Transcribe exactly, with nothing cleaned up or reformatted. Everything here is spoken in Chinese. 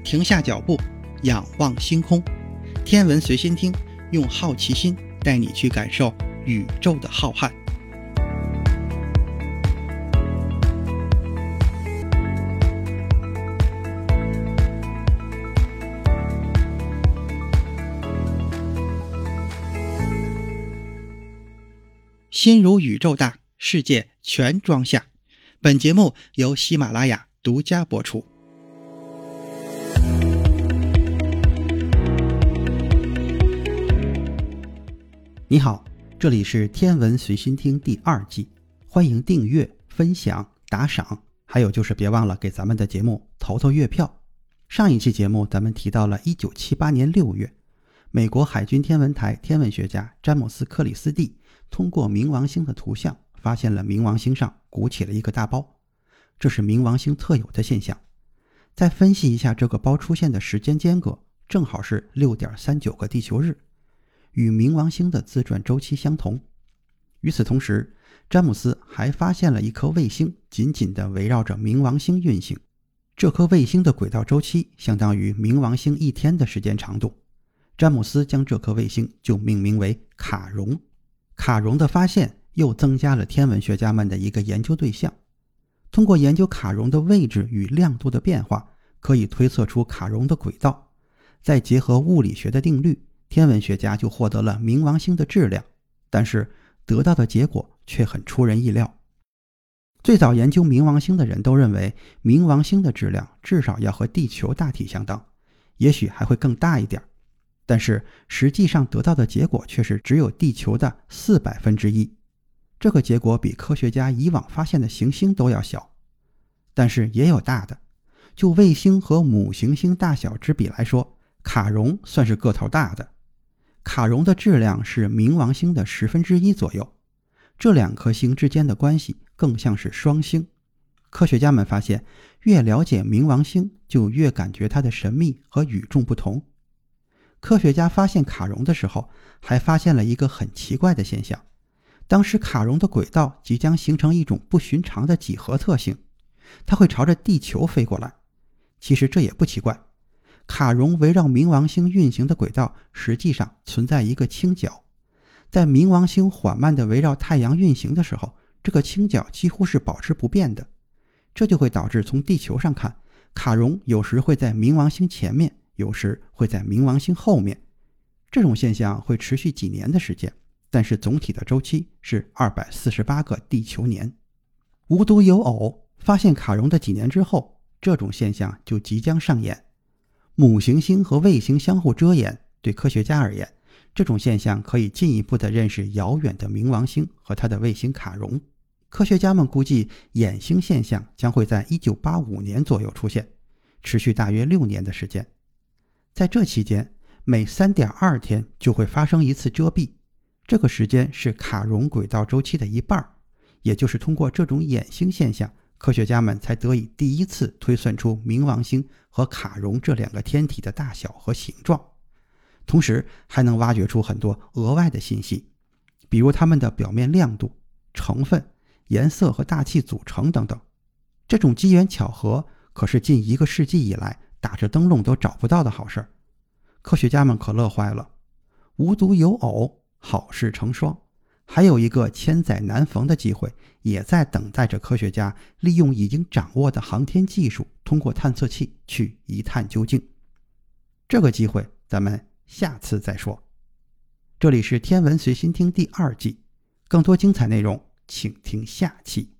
停下脚步，仰望星空。天文随心听，用好奇心带你去感受宇宙的浩瀚。心如宇宙大，世界全装下。本节目由喜马拉雅独家播出。你好，这里是天文随心听第二季，欢迎订阅、分享、打赏，还有就是别忘了给咱们的节目投投月票。上一期节目咱们提到了一九七八年六月，美国海军天文台天文学家詹姆斯·克里斯蒂通过冥王星的图像发现了冥王星上鼓起了一个大包，这是冥王星特有的现象。再分析一下这个包出现的时间间隔，正好是 六点三九 个地球日，与冥王星的自转周期相同。与此同时，詹姆斯还发现了一颗卫星紧紧地围绕着冥王星运行，这颗卫星的轨道周期相当于冥王星一天的时间长度。詹姆斯将这颗卫星就命名为卡戎。卡戎的发现又增加了天文学家们的一个研究对象。通过研究卡戎的位置与亮度的变化，可以推测出卡戎的轨道，再结合物理学的定律，天文学家就获得了冥王星的质量，但是得到的结果却很出人意料。最早研究冥王星的人都认为冥王星的质量至少要和地球大体相当，也许还会更大一点，但是实际上得到的结果却是只有地球的四百分之一。这个结果比科学家以往发现的行星都要小，但是也有大的。就卫星和母行星大小之比来说，卡戎算是个头大的。卡戎的质量是冥王星的十分之一左右，这两颗星之间的关系更像是双星。科学家们发现，越了解冥王星，就越感觉它的神秘和与众不同。科学家发现卡戎的时候，还发现了一个很奇怪的现象。当时卡戎的轨道即将形成一种不寻常的几何特性，它会朝着地球飞过来。其实这也不奇怪，卡戎围绕冥王星运行的轨道实际上存在一个倾角。在冥王星缓慢地围绕太阳运行的时候，这个倾角几乎是保持不变的。这就会导致从地球上看，卡戎有时会在冥王星前面，有时会在冥王星后面。这种现象会持续几年的时间，但是总体的周期是二百四十八个地球年。无独有偶，发现卡戎的几年之后，这种现象就即将上演。母行星和卫星相互遮掩，对科学家而言，这种现象可以进一步地认识遥远的冥王星和它的卫星卡戎。科学家们估计掩星现象将会在一九八五年左右出现，持续大约六年的时间。在这期间，每 三点二 天就会发生一次遮蔽，这个时间是卡戎轨道周期的一半，也就是通过这种掩星现象，科学家们才得以第一次推算出冥王星和卡戎这两个天体的大小和形状，同时还能挖掘出很多额外的信息，比如它们的表面亮度、成分、颜色和大气组成等等。这种机缘巧合可是近一个世纪以来打着灯笼都找不到的好事儿，科学家们可乐坏了。无独有偶，好事成双，还有一个千载难逢的机会也在等待着科学家利用已经掌握的航天技术，通过探测器去一探究竟。这个机会咱们下次再说。这里是天文随心听第二季，更多精彩内容请听下期。